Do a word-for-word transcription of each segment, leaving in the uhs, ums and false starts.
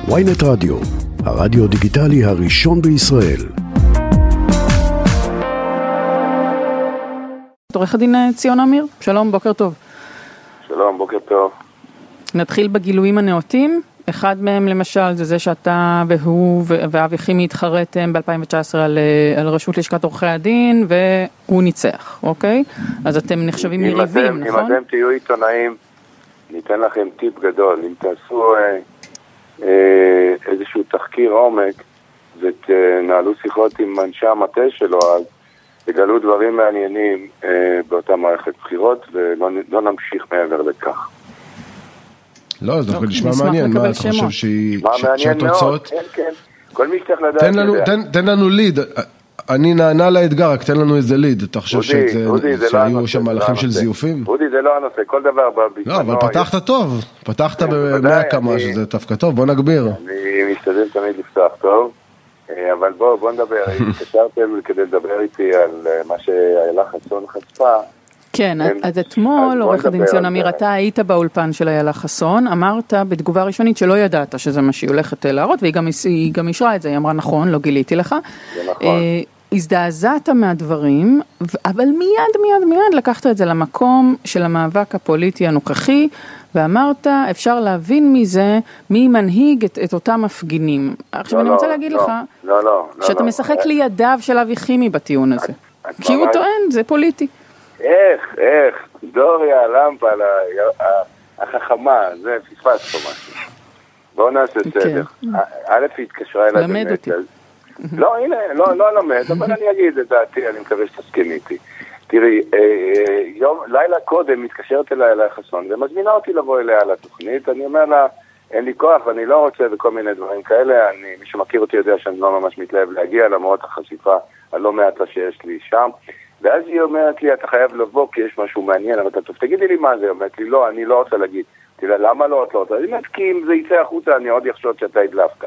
וויינט רדיו, הרדיו דיגיטלי הראשון בישראל. עורך הדין ציון אמיר, שלום, בוקר טוב. שלום, בוקר טוב. נתחיל בגילויים הנאותים. אחד מהם למשל זה זה שאתה והוא ואבי חימי התחרתם ב-אלפיים תשע עשרה על, על רשות לשכת עורכי הדין והוא ניצח, אוקיי? אז אתם נחשבים יריבים, נכון? אם אתם תהיו עיתונאים, ניתן לכם טיפ גדול. אם תעשו אה, אה, איזשהו תחקיר עומק ותנהלו שיחות עם אנשי המטה שלו, אז תגלו דברים מעניינים אה, באותה מערכת בחירות ולא לא נמשיך מעבר לכך. לא, זה דווקא נשמע מעניין, מה אתה חושב שהתוצאות? כן, כן, כל מי שצריך לדעת. תן לנו ליד, אני נענה לאתגר, רק תן לנו איזה ליד, אתה חושב שהיו שם מהלכים של זיופים? אודי, זה לא הנושא, כל דבר בזמנו. לא, אבל פתחת טוב, פתחת במאה כמה שזה דווקא טוב, בוא נגביר. אני משתדל תמיד לפתוח טוב, אבל בוא נדבר, התקשרתם כדי לדבר איתי על מה שאיילה חסון חשפה, כן, אז אתמול, עורך הדין ציון אמיר, אתה היית באולפן של איילה חסון, אמרת בתגובה ראשונית שלא ידעת שזה מה שהיא הולכת להראות, והיא גם, היא גם אישרה את זה, היא אמרה נכון, לא גיליתי לך. זה נכון. הזדעזעת מהדברים, אבל מיד מיד מיד לקחת את זה למקום של המאבק הפוליטי הנוכחי, ואמרת, אפשר להבין מזה מי מנהיג את, את אותם מפגינים. עכשיו לא, אני רוצה להגיד לא, לך, לא, לא, שאתה לא, משחק לא. לידיו של אבי חימי בטיעון הזה. את, את כי הוא ממש... טוען, זה פוליטי. איך, איך, דוריה למפה, החכמה, זה פספס פה משהו. בואו נעשה סדר. א' היא התקשרה אליי למד אותי. לא, הנה, לא למד, אבל אני אגיד את דעתי, אני מקווה שתסכים איתי. תראי, לילה קודם מתקשרת אליי אליי חסון, ומזמינה אותי לבוא אליה לתוכנית, אני אומר לה, אין לי כוח ואני לא רוצה וכל מיני דברים כאלה, מי שמכיר אותי יודע שאני לא ממש מתלהב להגיע, למרות החשיפה הלא מעטה שיש לי שם. ואז היא אומרת לי, אתה חייב לבוא כי יש משהו מעניין, אבל אתה טוב, תגידי לי מה זה, היא אומרת לי, לא, אני לא רוצה להגיד. תראה, למה לא, את לא רוצה? היא אומרת, כי אם זה יצא החוצה, אני עוד יחשוד שאתה הדלפת.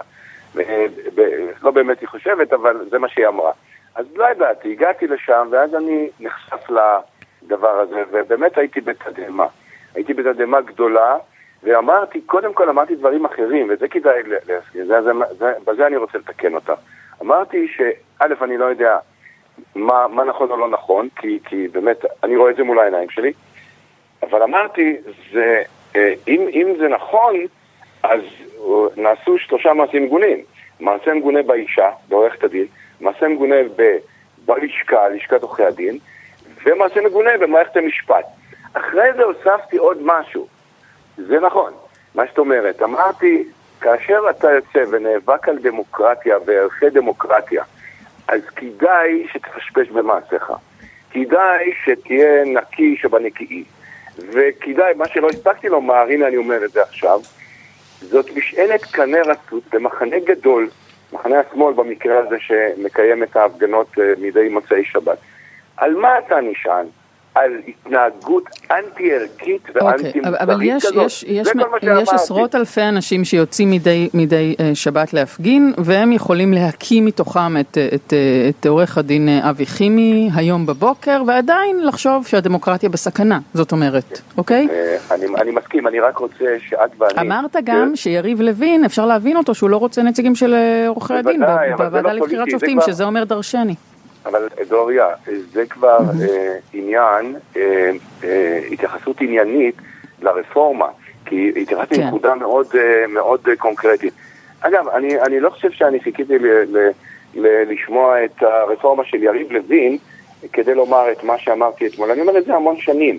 לא באמת היא חושבת, אבל זה מה שהיא אמרה. אז לא ידעתי, הגעתי לשם, ואז אני נחשף לדבר הזה, ובאמת הייתי בתדהמה. הייתי בתדהמה גדולה, ואמרתי, קודם כל אמרתי דברים אחרים, וזה כדאי להסכים, בזה אני רוצה לתקן אותה. אמרתי שא', אני לא יודע, מה, מה נכון או לא נכון, כי, כי באמת, אני רואה את זה מול העיניים שלי, אבל אמרתי, זה, אם, אם זה נכון, אז נעשו שלושה מעשים מגונים. מעשה מגונה באישה, בעורכת הדין, מעשה מגונה בלשכה, לשכת עורכי הדין, ומעשה מגונה במערכת המשפט. אחרי זה הוספתי עוד משהו. זה נכון, מה שאת אומרת. אמרתי, כאשר אתה יוצא ונאבק על דמוקרטיה וערכי דמוקרטיה, אז כדאי שתפשפש במעשיך. כדאי שתהיה נקי שבנקי. וכדאי, מה שלא הספקתי לומר, הנה אני אומר את זה עכשיו, זאת משענת קנה רצות במחנה גדול, מחנה השמאל במקרה הזה שמקיים את ההפגנות מדי מוצאי שבת. על מה אתה נשען? על התנהגות אנטי-ערכית ואנטי-מוסרית כזאת. אבל יש, יש, יש, יש עשרות אלפי אנשים שיוצאים מדי, מדי שבת להפגין, והם יכולים להקים מתוכם את, את, את עורך הדין אבי חימי היום בבוקר, ועדיין לחשוב שהדמוקרטיה בסכנה, זאת אומרת, אוקיי? אני, אני מסכים, אני רק רוצה שאת ואני... אמרת גם שיריב לוין, אפשר להבין אותו שהוא לא רוצה נציגים של עורכי הדין בוועדה לבחירת שופטים, שזה אומר דרשני. אבל דוריה, זה כבר אה, עניין, אה, אה, התייחסות עניינית לרפורמה, כי התייחסתי כן. נקודה מאוד, אה, מאוד אה, קונקרטית. אגב, אני, אני לא חושב שאני חיכיתי ל, ל, ל, לשמוע את הרפורמה של יריב לוין, כדי לומר את מה שאמרתי אתמול. אני אומר את זה המון שנים.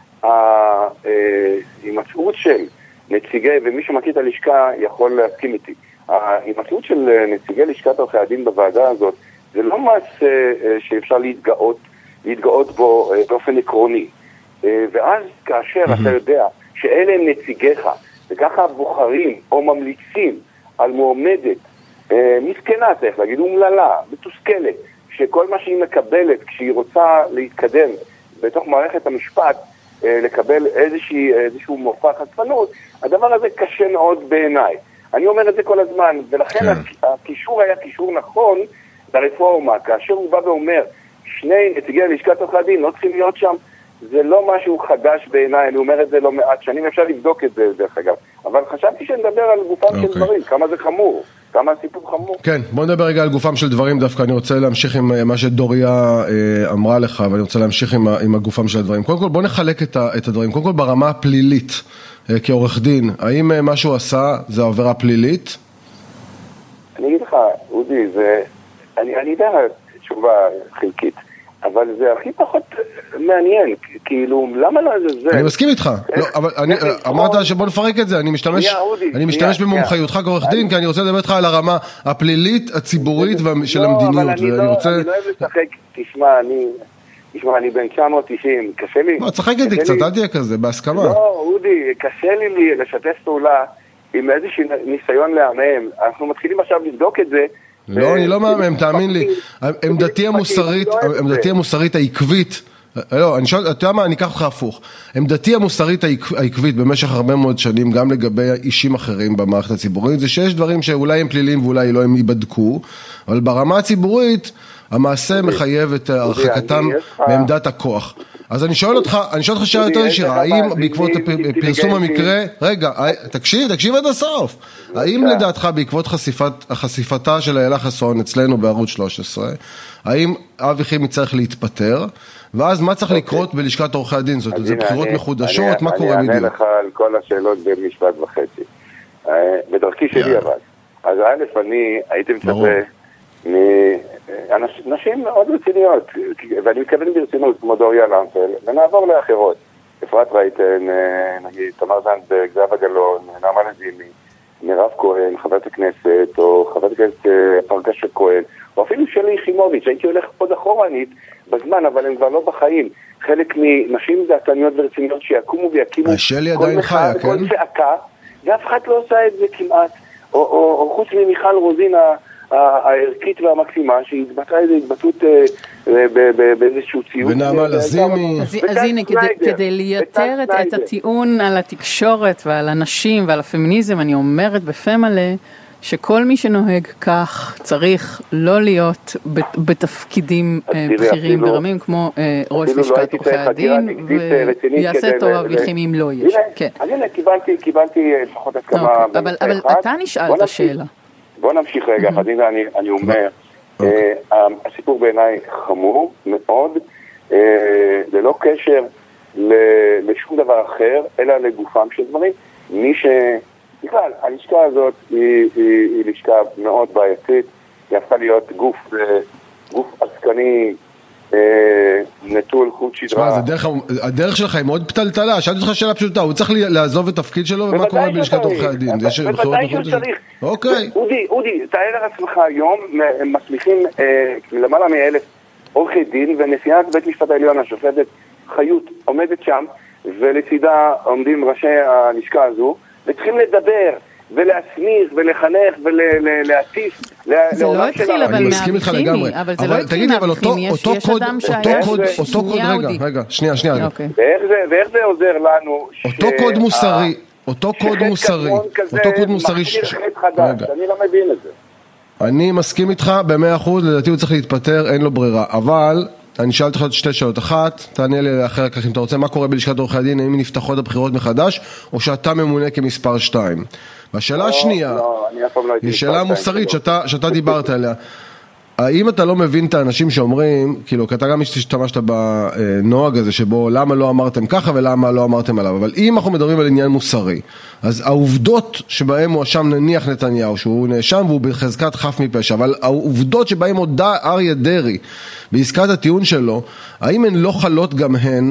ההימצאות של נציגי, ומי שמכיר את הלשכה יכול להסכים איתי, ההימצאות של נציגי לשכת עורכי הדין בוועדה הזאת, זה לא מעשה שאפשר להתגאות, להתגאות בו באופן עקרוני. ואז כאשר אתה יודע שאלה הם נציגיך, וככה בוחרים או ממליצים על מועמדת, מסכנה צריך להגיד, אומללה, מתוסכלת, שכל מה שהיא מקבלת כשהיא רוצה להתקדם בתוך מערכת המשפט, לקבל איזושהי, איזשהו מופע חשפנות, הדבר הזה קשה מאוד בעיניי. אני אומר את זה כל הזמן, ולכן כן. הקישור היה קישור נכון, לרפורמה, כאשר הוא בא ואומר, שני נציגי לשכת עורכי הדין לא צריכים להיות שם, זה לא משהו חדש בעיניי, אני אומר את זה לא מעט שנים, אפשר לבדוק את זה דרך אגב. אבל חשבתי שנדבר על גופם okay. של דברים, כמה זה חמור, כמה הסיפור חמור. כן, בוא נדבר רגע על גופם של דברים דווקא, אני רוצה להמשיך עם מה שדוריה אמרה לך, ואני רוצה להמשיך עם, עם הגופם של הדברים. קודם כל, בוא נחלק את, ה, את הדברים. קודם כל, ברמה הפלילית, כעורך דין, האם מה שהוא עשה זה עבירה פלילית? אני אגיד לך, אודי, זה, אני, אני יודע תשובה חלקית, אבל זה הכי פחות מעניין, כאילו, למה לא זה זה? אני מסכים איתך, אבל אמרת שבוא נפרק את זה, אני משתמש במומחיותך כעורך דין, כי אני רוצה לדבר איתך על הרמה הפלילית, הציבורית של המדיניות, ואני רוצה... אני לא אוהב לשחק, תשמע, אני... תשמע, אני בן תשע מאות תשעים, קשה לי... לא, תשחק איתי קצת, אל תהיה כזה, בהסכמה. לא, אודי, קשה לי לשתף פעולה עם איזשהו ניסיון להמם, אנחנו מתחילים עכשיו לבדוק את זה, לא, אני לא מהמם, תאמין לי. עמדתי המוסרית, עמדתי המוסרית העקבית, לא, אני שואל, אתה יודע מה, אני אקח אותך הפוך. עמדתי המוסרית העקבית במשך הרבה מאוד שנים, גם לגבי אישים אחרים במערכת הציבורית, זה שיש דברים שאולי הם פליליים ואולי לא הם ייבדקו, אבל ברמה הציבורית, המעשה מחייב את הרחקתם מעמדת הכוח. אז אני שואל אותך, אני שואל אותך שאלה יותר ישירה, האם בעקבות פרסום המקרה, רגע, תקשיב, תקשיב עד הסוף, האם לדעתך בעקבות החשיפתה של איילה חסון אצלנו בערוץ שלוש עשרה, האם אבי חימי צריך להתפטר, ואז מה צריך לקרות בלשכת עורכי הדין? זאת אומרת, זה בחירות מחודשות, מה קורה בדיוק? אני אענה לך על כל השאלות במשפט וחצי. בדרכי שלי אבל. אז א', אני הייתי מצפה נשים מאוד רציניות, ואני מתכוון ברצינות, כמו דוריה לנפל, ונעבור לאחרות. אפרת רייטן, נגיד, תמר זנדברג, זהבה גלאון, נעמה לזימי, מירב כהן, חברת הכנסת, או חברת הכנסת פרקש כהן, או אפילו שלי יחימוביץ', הייתי הולך עוד אחורנית בזמן, אבל הם כבר לא בחיים. חלק מנשים דעתניות ורציניות שיקומו ויקימו כל מחאה וכל צעקה, ואף אחד לא עושה את זה כמעט, או, או, או חוץ ממיכל רוזין הערכית והמקסימה, שהתבטאה איזו התבטאות באיזשהו ציון. ונעמה לזימי. אז הנה, כדי לייתר את הטיעון על התקשורת ועל הנשים ועל הפמיניזם, אני אומרת בפה מלא, שכל מי שנוהג כך צריך לא להיות בתפקידים בכירים ורמים, כמו ראש לשכת עורכי הדין, ויעשה טוב אבי חימי אם לא יש. אז הנה, קיבלתי לפחות הסכמה. אבל אתה נשאלת שאלה. בוא נמשיך רגע, חדינה, אני אומר, הסיפור בעיניי חמור מאוד, ללא קשר לשום דבר אחר, אלא לגופם של דברים. מי ש... בכלל, הלשכה הזאת היא, היא, היא לשכה מאוד בעייתית, היא הפכה להיות גוף, גוף עסקני, נטול חוט שדרה. שמה, הדרך, הדרך שלך היא מאוד פתלתלה, שאלתי אותך שאלה פשוטה, הוא צריך לעזוב את התפקיד שלו, ומה קורה בלשכת עורכי הדין? בוודאי שהוא צריך. אוקיי. אודי, אודי, תאר על עצמך היום, הם מסמיכים למעלה מאלף עורכי דין, ונשיאת בית משפט העליון, השופטת חיות, עומדת שם, ולצידה עומדים ראשי הלשכה הזו, וצריכים לדבר, ולהסמיך, ולחנך, ולהטיף. זה לא התחיל אבל מאבי חימי, אבל זה לא התחיל מאבי חימי, יש אדם שהיה שנייה אודי. רגע, שנייה, שנייה. ואיך זה עוזר לנו? אותו קוד מוסרי, אותו קוד מוסרי, אותו קוד מוסרי. אני לא מבין את זה. אני מסכים איתך ב-מאה אחוז, לדעתי הוא צריך להתפטר, אין לו ברירה, אבל... אני שאלתי לך שתי שאלות. אחת, תענה לי אחר כך אם אתה רוצה, מה קורה בלשכת עורכי הדין, האם נפתחות הבחירות מחדש, או שאתה ממונה כמספר שתיים. והשאלה השנייה, היא שאלה מוסרית שאתה דיברת עליה. האם אתה לא מבין את האנשים שאומרים, כאילו, כי אתה גם השתמשת בנוהג הזה, שבו למה לא אמרתם ככה ולמה לא אמרתם עליו, אבל אם אנחנו מדברים על עניין מוסרי, אז העובדות שבהם הוא אשם נניח נתניהו, שהוא נאשם והוא בחזקת חף מפשע, אבל העובדות שבהם הודה אריה דרעי בעסקת הטיעון שלו, האם הן לא חלות גם הן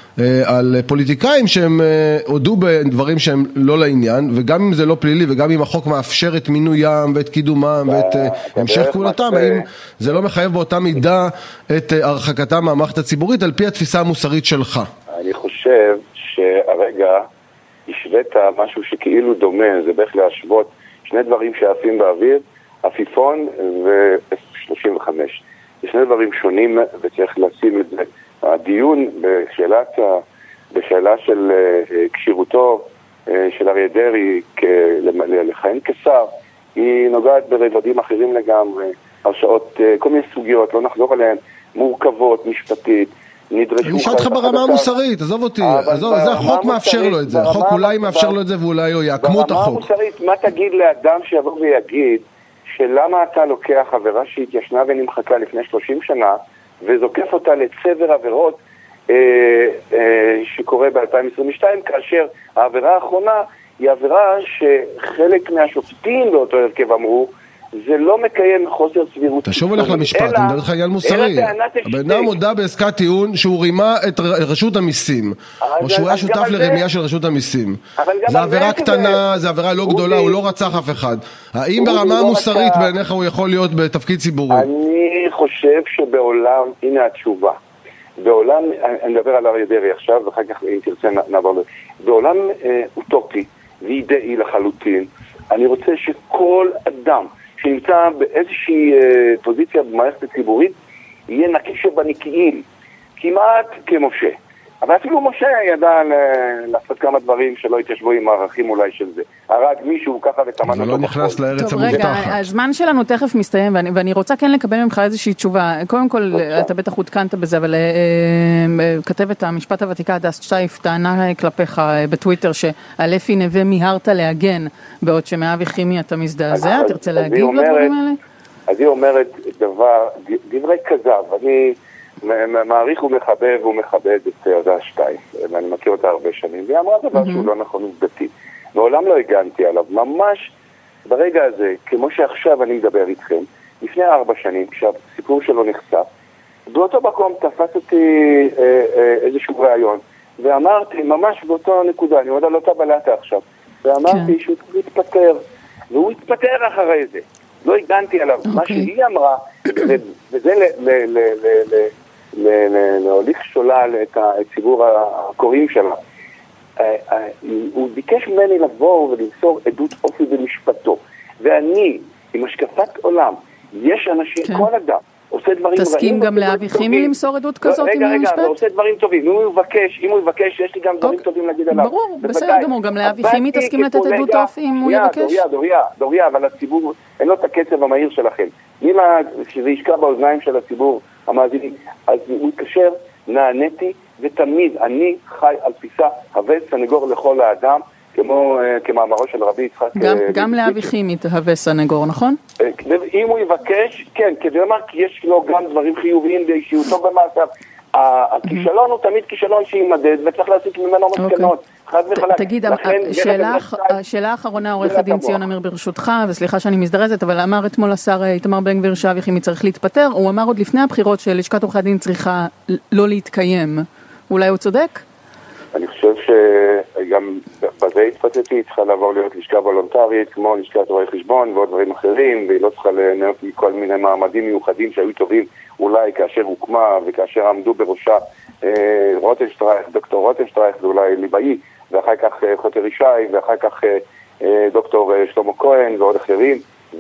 על פוליטיקאים שהם הודו בדברים שהם לא לעניין, וגם אם זה לא פלילי וגם אם החוק מאפשר את מינוים ואת קידומם ואת המשך כהונתם, האם זה לא מחייב באותה מידה את הרחקתם מהמערכת הציבורית על פי התפיסה המוסרית שלך? אני חושב שהרגע השווית משהו שכאילו דומה, זה בערך להשוות שני דברים שעפים באוויר, עפיפון ו-שלושים וחמש. זה שני דברים שונים וצריך לשים את זה. הדיון בשאלת, בשאלה של קשירותו של אריה דרעי לכהן כשר, היא נוגעת ברבדים אחרים לגמרי, הרשאות, כל מיני סוגיות, לא נחזור עליהן, מורכבות, משפטית, נדרשו... אני שאל אותך ברמה המוסרית, עזוב אותי, זה החוק מאפשר לו את זה, החוק אולי מאפשר לו את זה ואולי לא יעקמו את החוק. ברמה המוסרית, מה תגיד לאדם שיבוא ויגיד שלמה אתה לוקח עבירה שהתיישנה ונמחקה לפני שלושים שנה וזוקף אותה לצבר עבירות אה, אה, שקורה ב-אלפיים עשרים ושתיים, כאשר העבירה האחרונה היא עבירה שחלק מהשופטים באותו הרכב אמרו זה לא מקיים חוסר סבירות. תשוב הולך למשפט, אני מדבר לך עניין מוסרי. הבן אדם הודה בעסקת טיעון שהוא רימה את רשות המיסים, או שהוא היה שותף לרמייה של רשות המיסים. זה עבירה קטנה, זה עבירה לא גדולה, הוא לא רצח אף אחד. האם ברמה המוסרית בעיניך הוא יכול להיות בתפקיד ציבורי? אני חושב שבעולם, הנה התשובה, בעולם, אני מדבר על אריה דרעי עכשיו, ואחר כך אם תרצה נעבור, בעולם אוטופי ואידאי לחלוטין, אני רוצה שכל אדם שנמצא באיזושהי אה, פוזיציה במערכת הציבורית, יהיה נקי שבנקיים, כמעט כמשה. אבל אפילו משה ידע לעשות כמה דברים שלא התיישבו עם הערכים אולי של זה. הרג מישהו ככה וטמן אותו. זה לא נכנס לארץ המובטחת. רגע, הזמן שלנו תכף מסתיים, ואני, ואני רוצה כן לקבל ממך איזושהי תשובה. קודם כל, אתה בטח עודכנת בזה, אבל כתבת המשפט הוותיקה הדס שטייף טענה כלפיך בטוויטר שעל אפי נווה מיהרת להגן, בעוד שמאבי חימי אתה מזדעזע. תרצה להגיב לדברים האלה? אז היא אומרת דבר, דברי כזב. אני מעריך ומחבב ומכבד את הדס שטייף, ואני מכיר אותה הרבה שנים, והיא אמרה דבר שהוא לא נכון עובדתי. מעולם לא הגנתי עליו, ממש ברגע הזה, כמו שעכשיו אני מדבר איתכם, לפני ארבע שנים, כשהסיפור שלו נחשף, באותו מקום תפסתי אה, אה, איזשהו רעיון, ואמרתי, ממש באותו נקודה, אני יודע לא תבלעת עכשיו, ואמרתי שהוא צריך להתפטר, והוא התפטר אחרי זה, לא הגנתי עליו. Okay. מה שהיא אמרה, וזה להוליך שולל את הציבור הקוראים שלה, הוא ביקש ממני לבוא ולמסור עדות אופי במשפטו, ואני, עם השקפת עולם, יש אנשים, כן. כל אדם, עושה דברים רעים. תסכים גם לאבי חימי למסור עדות כזאת עם המשפט? רגע, רגע, עושה דברים טובים. אם הוא יבקש, אם הוא יבקש, יש לי גם דברים טובים להגיד עליו. ברור, בסדר גמור, גם לאבי חימי תסכים לתת עדות אופי אם הוא יבקש? דוריה, דוריה, דוריה, אבל הציבור, אין לו את הקצב המהיר שלכם. אם שזה ישקע באוזניים של הציבור המאזינים, אז הוא יתקשר, נעניתי, ותמיד אני חי על פיסה, הווה סנגור לכל האדם, כמו כמאמרו של רבי יצחק. גם לאבי חימי תהווה סנגור, נכון? אם הוא יבקש, כן, כדי לומר, כי יש לו גם דברים חיוביים באישיותו במעשיו. הכישלון הוא תמיד כישלון שימדד, וצריך להסיק ממנו מסקנות. חד וחלק. תגיד, השאלה האחרונה, עורך הדין ציון אמיר ברשותך, וסליחה שאני מזדרזת, אבל אמר אתמול השר איתמר בן גביר שאבי חימי צריך להתפטר, הוא אמר עוד לפני הבחירות שלשכת עורכי הדין צריכה לא להתקיים. אולי הוא צודק? אני חושב שגם בזה התפתתי, צריכה לעבור להיות לשכה וולונטרית, כמו לשכת רואי חשבון ועוד דברים אחרים, והיא לא צריכה ליהנות מכל מיני מעמדים מיוחדים שהיו טובים אולי כאשר הוקמה וכאשר עמדו בראשה אה, רוטנשטרייך, דוקטור רוטנשטרייך, ואולי ליבאי, ואחר כך אה, חוטר ישי, ואחר כך אה, אה, דוקטור אה, שלמה כהן ועוד אחרים,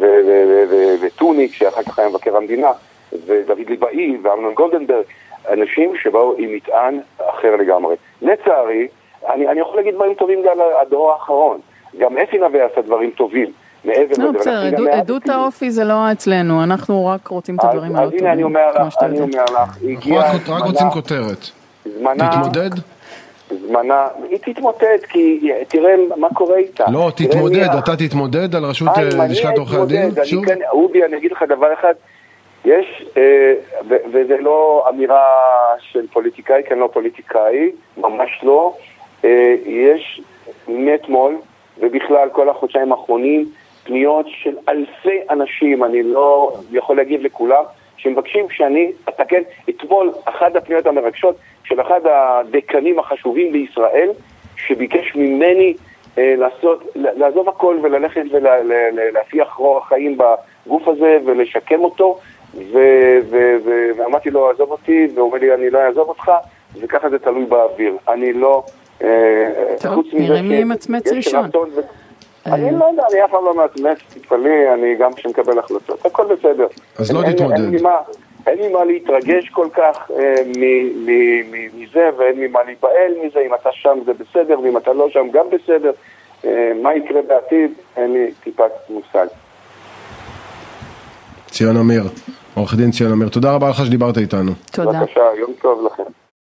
וטוניק, שאחר כך היה מבקר המדינה, ודוד ליבאי ואמנון גולדנברג, אנשים שבאו עם מטען אחר לגמרי. לצערי, אני, אני יכול להגיד דברים טובים גם על הדור האחרון. גם אפי נווה עשה דברים טובים. מעבר לא, בסדר, עדות האופי זה לא אצלנו, אנחנו רק רוצים את הדברים הלא טובים. אז הנה, אני אומר לך, אני אומר לך, אנחנו רק רוצים כותרת. תתמודד? זמנה, היא תתמודד, כי תראה מה קורה איתה. לא, תתמודד, אתה תתמודד על רשות לשכת עורכי הדין? אודי, אני אגיד לך דבר אחד, יש, וזה לא אמירה של פוליטיקאי, כי אני לא פוליטיקאי, ממש לא, יש מאתמול, ובכלל כל החודשיים האחרונים, פניות של אלפי אנשים, אני לא יכול להגיד לכולם, שמבקשים שאני אתקן אתמול אחת הפניות המרגשות של אחד הדקנים החשובים בישראל, שביקש ממני לעשות, לעזוב הכל וללכת ולהפיח רוח חיים בגוף הזה ולשקם אותו, ואמרתי לו, עזוב אותי, והוא אומר לי, אני לא אעזוב אותך, וככה זה תלוי באוויר. אני לא... טוב, נראה מי מצמץ ראשון. אני לא יודע, אני אף פעם לא מצמץ, תתפלא, אני גם שמקבל החלטות. הכל בסדר. אז לא תתמודד. אין לי מה להתרגש כל כך מזה, ואין לי מה להיבהל מזה. אם אתה שם זה בסדר, ואם אתה לא שם גם בסדר. מה יקרה בעתיד? אין לי טיפת מושג. ציון אמיר, עורך דין ציון אמיר, תודה רבה לך שדיברת איתנו. תודה. בבקשה, יום טוב לכם.